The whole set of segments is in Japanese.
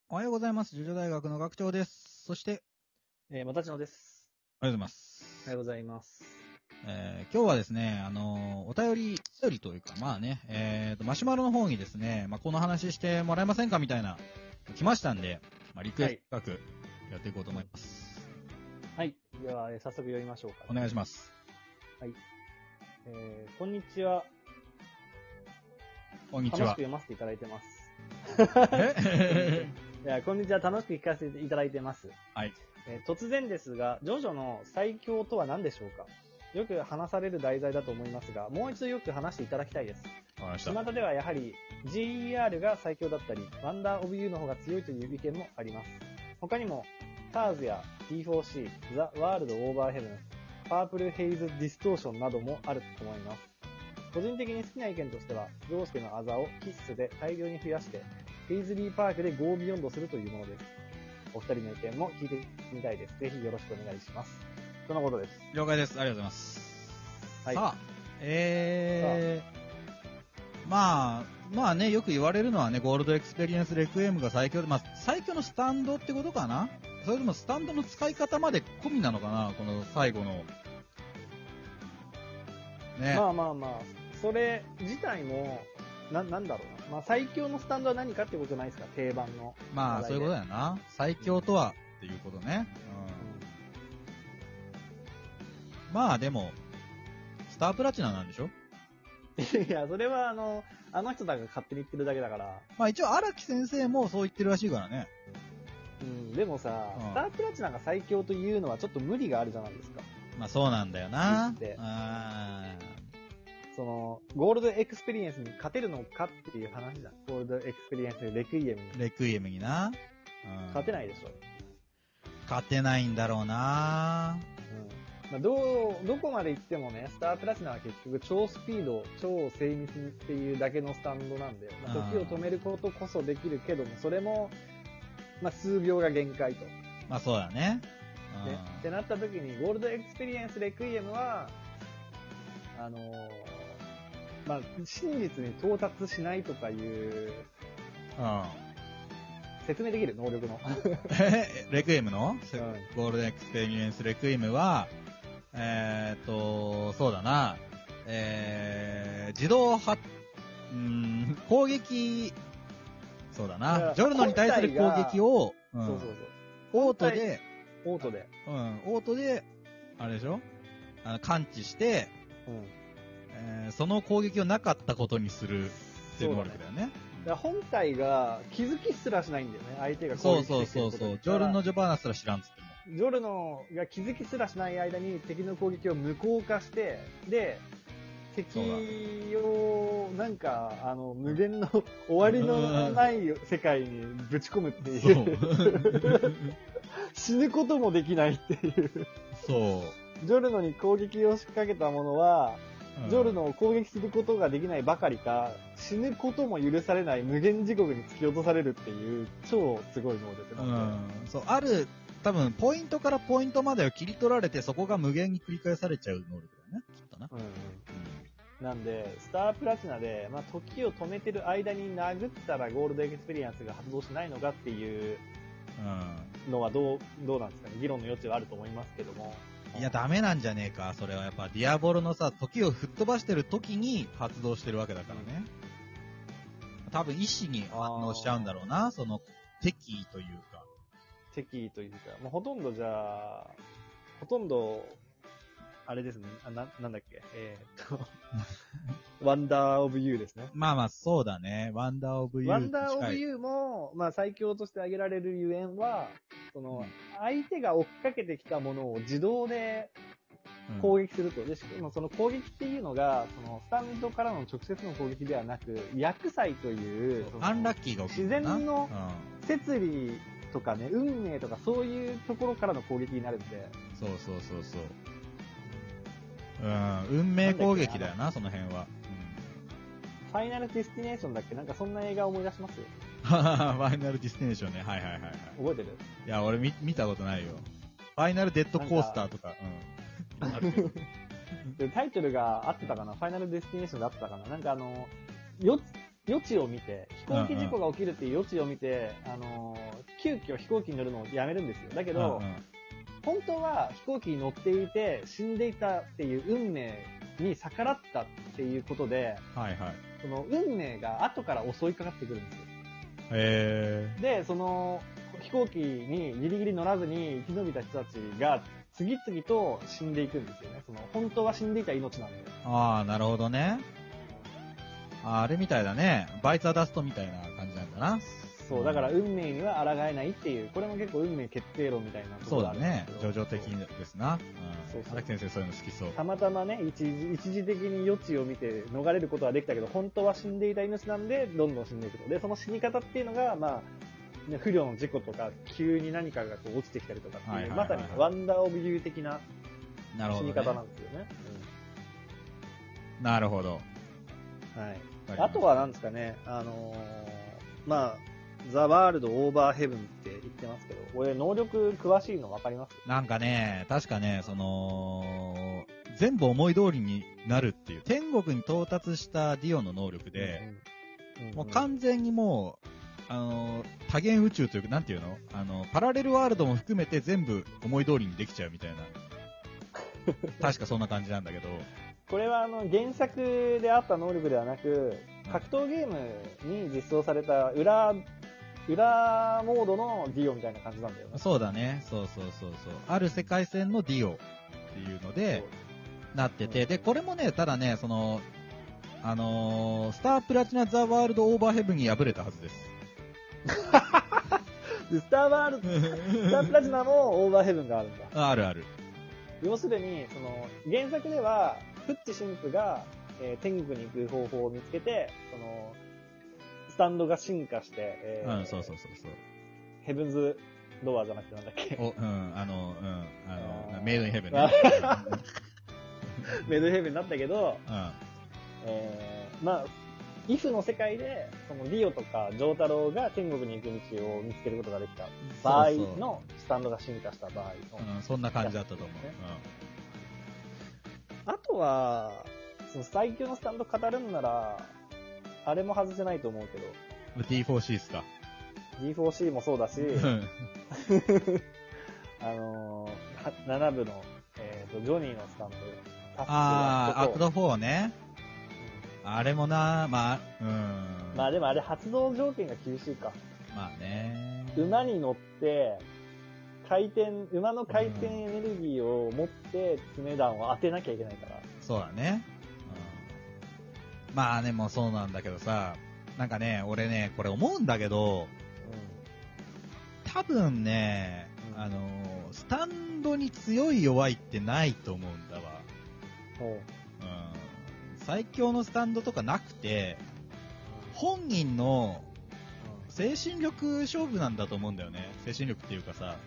おはようございます。ジョジョ大学の学長です。そして、 またちのです。 おはようございます。 おはようございます。 今日はですね、お便りというか、まあね、マシュマロの方にですね、この話してもらえませんかみたいな、来ましたんで、リクエスト企画やっていこうと思います。 はい。では、早速読みましょうか。 お願いします。 はい。こんにちは。 こんにちは。 楽しく読ませていただいてます。いや、こんにちは。楽しく聞かせていただいてます。 はい。 突然ですが、ジョジョの最強とは何でしょうか？よく話される題材だと思いますが、もう一度よく話していただきたいです。 わかりました。 巷ではやはり GER が最強だったり、ワンダーオブユーの方が強いという意見もあります。他にも、ターズや T4C、ザ・ワールド・オーバーヘブン、パープル・ヘイズ・ディストーションなどもあると思います。個人的に好きな意見としては、ジョースケのあざをキッスで大量に増やして、ペイズリーパークでゴービヨンドするというものです。お二人の意見も聞いてみたいです。ぜひよろしくお願いします。そのことです。 了解です。ありがとうございます。 はい。 さあ、まあね、よく言われるのはね、ゴールドエクスペリエンスレクイエムが最強で、最強のスタンドってことかな？それともスタンドの使い方まで込みなのかな？この最後の。ね。 それ自体も、なんだろうな。最強のスタンドは何かってことないですか？定番の。 そういうことだよな。最強とはっていうことね。でも、スタープラチナなんでしょ？ いや、それはあの人だが勝手に言ってるだけだから。 一応荒木先生もそう言ってるらしいからね。 でもさ、スタープラチナが最強というのはちょっと無理があるじゃないですか。 そうなんだよな。 ゴールドエクスペリエンスに勝てるのかっていう話じゃん。ゴールドエクスペリエンスレクイエムに。 レクイエムにな。 勝てないでしょ。 勝てないんだろうな。 どこまで行ってもね、スタープラチナは結局超スピード、超精密っていうだけのスタンドなんで、時を止めることこそできるけども、それも、数秒が限界と。 そうだね。 ってなった時に、ゴールドエクスペリエンスレクイエムは、真実に到達しないとかいう、説明できる能力の。 レクイエムの、ゴールデンエクスペリエンスレクイエムは、そうだな、自動攻撃、そうだな、ジョルノに対する攻撃を、オートで、あれでしょ？感知して、その攻撃をなかったことにするっていう能力だよね。 本体が気づきすらしないんだよね、相手が攻撃してること。そう。ジョルノ・ジョバーナすら知らんっつっても。ジョルノが気づきすらしない間に敵の攻撃を無効化して、で、敵を無限の終わりのない世界にぶち込むっていう。死ぬこともできないっていう。 そう。 ジョルノに攻撃を仕掛けたものは、ジョルノを攻撃することができないばかりか、死ぬことも許されない無限地獄に突き落とされるっていう超すごい能力なんで。 そう、多分ポイントからポイントまでを切り取られて、そこが無限に繰り返されちゃう能力だよね、きっとな。 なんで、スタープラチナで、時を止めてる間に殴ったらゴールドエクスペリエンスが発動しないのかっていうのはどうなんですかね。議論の余地はあると思いますけども。 いや、ダメなんじゃねえか。それはやっぱ、ディアボロのさ、時を吹っ飛ばしてる時に発動してるわけだからね。多分、意志に反応しちゃうんだろうな。その、敵意というか。 ほとんど、あれですね。なんだっけ。ワンダーオブユーですね。 そうだね。ワンダーオブユー。 ワンダーオブユーも、最強として挙げられるゆえんは、相手が追っかけてきたものを自動で攻撃すると。で、しかもその攻撃っていうのが、スタンドからの直接の攻撃ではなく、薬剤という、 アンラッキーが起きる自然の摂理とかね、運命とかそういうところからの攻撃になるんで。 そう。運命攻撃だよな、その辺は。 ファイナルディスティネーションだっけ？そんな映画思い出しますよ。 ファイナルディスティネーションね。はい。 覚えてる？ いや、俺見たことないよ。ファイナルデッドコースターとか。 タイトルが合ってたかな？ファイナルディスティネーションで合ってたかな？4つ余地を見て、飛行機事故が起きるっていう余地を見て、急遽飛行機に乗るのをやめるんですよ。だけど、本当は飛行機に乗っていて死んでいたっていう運命に逆らったっていうことで、 はいはい。 その運命が後から襲いかかってくるんですよ。で、その飛行機にギリギリ乗らずに生き延びた人たちが次々と死んでいくんですよね。その本当は死んでいた命なんで。 ああ、なるほどね。あれみたいだね。バイツアダストみたいな感じなんだな。 そう、だから運命には抗えないっていう、これも結構運命決定論みたいなところがあるんですけど。 そうだね。叙々的ですな。 そうそう。 荒木先生そういうの好きそう。 たまたまね、一時的に余地を見て逃れることはできたけど、本当は死んでいた命なんで、どんどん死んでいくと。で、その死に方っていうのが、まあ、ね、不慮の事故とか、急に何かがこう落ちてきたりとかっていう、まさにワンダーオブユー的な死に方なんですよね。 なるほど。 はい。あとは何ですかね、まあ、ザ・ワールド・オーバー・ヘブンって言ってますけど、俺能力詳しいの分かります？ なんかね、確かね、全部思い通りになるっていう、天国に到達したディオの能力で、もう完全にもう、多元宇宙というか、なんていうの？パラレルワールドも含めて全部思い通りにできちゃうみたいな。確かそんな感じなんだけど。 これは原作であった能力ではなく、格闘ゲームに実装された裏モードのディオみたいな感じなんだよね。 そうだね。そう。ある世界線のディオっていうので、なってて、で、これもね、ただね、スタープラチナザワールドオーバーヘブンに敗れたはずです。 スタープラチナもオーバーヘブンがあるんだ。 あるある。 要するに、原作では、フッチ神父が、天国に行く方法を見つけて、スタンドが進化して、 そう。 ヘブンズドアーじゃなくてなんだっけ。 メイドインヘブンね。 メイドインヘブンになったけど、まあ、イフの世界で、そのディオとかジョータロが天国に行く道を見つけることができた場合のスタンドが進化した場合の、 そんな感じだったと思う。 あとは、その最強のスタンド語るんなら、あれも外せないと思うけど。 D4C っすか。 D4C もそうだし、7部の、ジョニーのスタンド。 アクト4ね。あれもな、まあでもあれ発動条件が厳しいか。 まあね。 馬に乗って、馬の回転エネルギーを持って爪弾を当てなきゃいけないから。 そうだね。まあでもそうなんだけどさ、なんかね、俺ね、これ思うんだけど、多分ね、スタンドに強い弱いってないと思うんだわ。最強のスタンドとかなくて、本人の精神力勝負なんだと思うんだよね。精神力っていうかさ、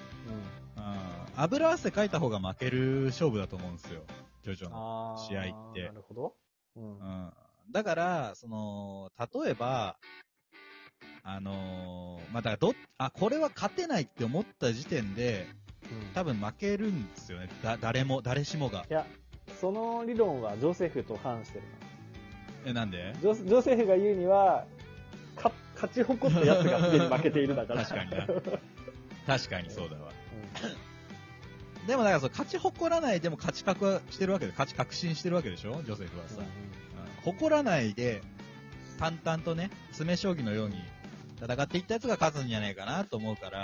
油汗かいた方が負ける勝負だと思うんですよ。ジョジョの試合って。 なるほど。 だから、例えば、まあ、だからこれは勝てないって思った時点で、多分負けるんですよね。誰しもが。 いや、その理論はジョセフと反してるな。なんで？ ジョセフが言うには、勝ち誇った奴がすでに負けているだから。 確かにな。確かにそうだわ。でもだから勝ち誇らないでも勝ち確してるわけで、勝ち確信してるわけでしょジョセフはさ。誇らないで、淡々とね、詰将棋のように戦っていったやつが勝つんじゃないかなと思うから、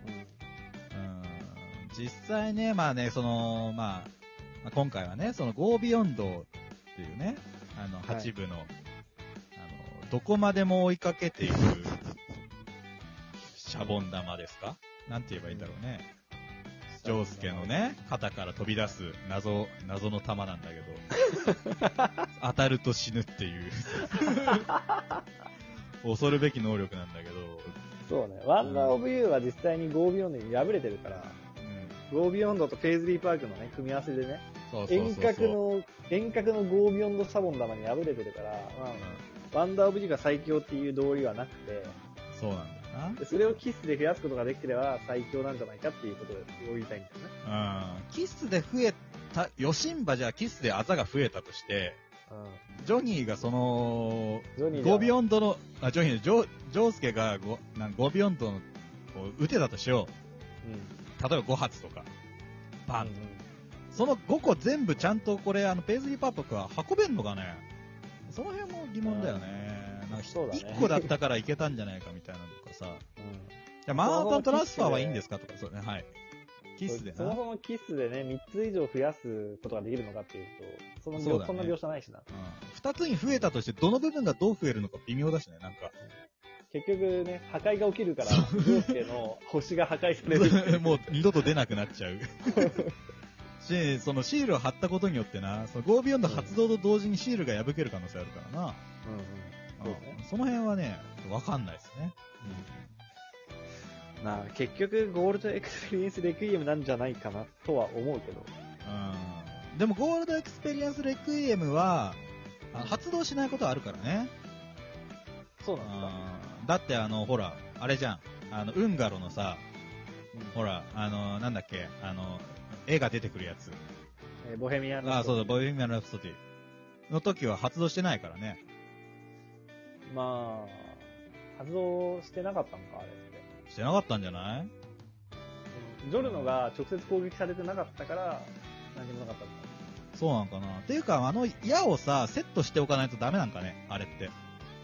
実際ね、まあね、今回はね、Go Beyond っていうね、8部の、どこまでも追いかけていく、シャボン玉ですか？なんて言えばいいんだろうね。ジョウスケのね、肩から飛び出す謎の玉なんだけど、当たると死ぬっていう、恐るべき能力なんだけど。 そうね、ワンダーオブユーは実際に Go Beyond に敗れてるから、Go Beyond とペイズリーパークのね、組み合わせでね、遠隔の Go Beyond シャボン玉に敗れてるから、ワンダーオブユーが最強っていう道理はなくて、 そうなんだよな。 それをキスで増やすことができてれば最強なんじゃないかっていうことを言いたいんだよね。 キスで増えた、ヨシンバじゃあキスであざが増えたとして、 ジョニーがその、 ジョニーゴビオンドの、ジョニーのジョースケがゴビオンドの、こう、撃てたとしようん。 う。例えば5発とか。バンと。 うんその5個全部ちゃんとこれ、ペーズリーパーパックは運べんのかね。その辺も疑問だよね。なんかそうだね 1個だったからいけたんじゃないかみたいなのとかさ。 うん。 じゃあマータントランスファーはいいんですかとか、そうね、はい。キスでな。 そもそもキスでね、3つ以上増やすことができるのかっていうと、 そうだねそんな描写ないしな。 2つに増えたとして、どの部分がどう増えるのか微妙だしね、なんか。 結局ね、破壊が起きるから、ジョースケの星が破壊される。 もう二度と出なくなっちゃう。し、そのシールを貼ったことによってな、そのゴービヨンド発動と同時にシールが破ける可能性あるからな。 うんうん。そうね。 その辺はね、わかんないですね。 まあ、結局、ゴールドエクスペリエンスレクイエムなんじゃないかな、とは思うけど。 でもゴールドエクスペリエンスレクイエムは、発動しないことはあるからね。 そうなんですか。 だってほら、あれじゃん。ウンガロのさ、ほら、なんだっけ、絵が出てくるやつ。 ボヘミアン・ラプソディ。 そうだ、ボヘミアン・ラプソディの時は発動してないからね。 まあ、発動してなかったのか、あれって。 してなかったんじゃない？ ジョルノが直接攻撃されてなかったから、何もなかったんだ。 そうなんかな。っていうか、矢をさ、セットしておかないとダメなんかね、あれって。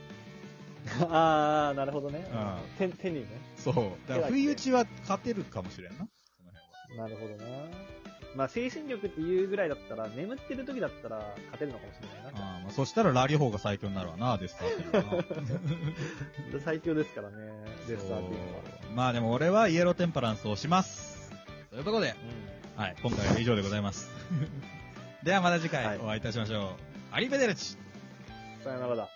あー、なるほどね。 うん。 手にね。 そう。だから、不意打ちは勝てるかもしれんな。その辺は。 なるほどな。まあ、精神力っていうぐらいだったら、眠ってる時だったら勝てるのかもしれないな。 まあ、そしたらラリホーが最強になるわな、デスターティーは最強ですからね、デスターティーは。 まあでも俺はイエローテンパランスを押します。ということで、 うん。 はい、今回は以上でございます。ではまた次はい回お会いいたしましょう。アリベデルチ。 さよならだ。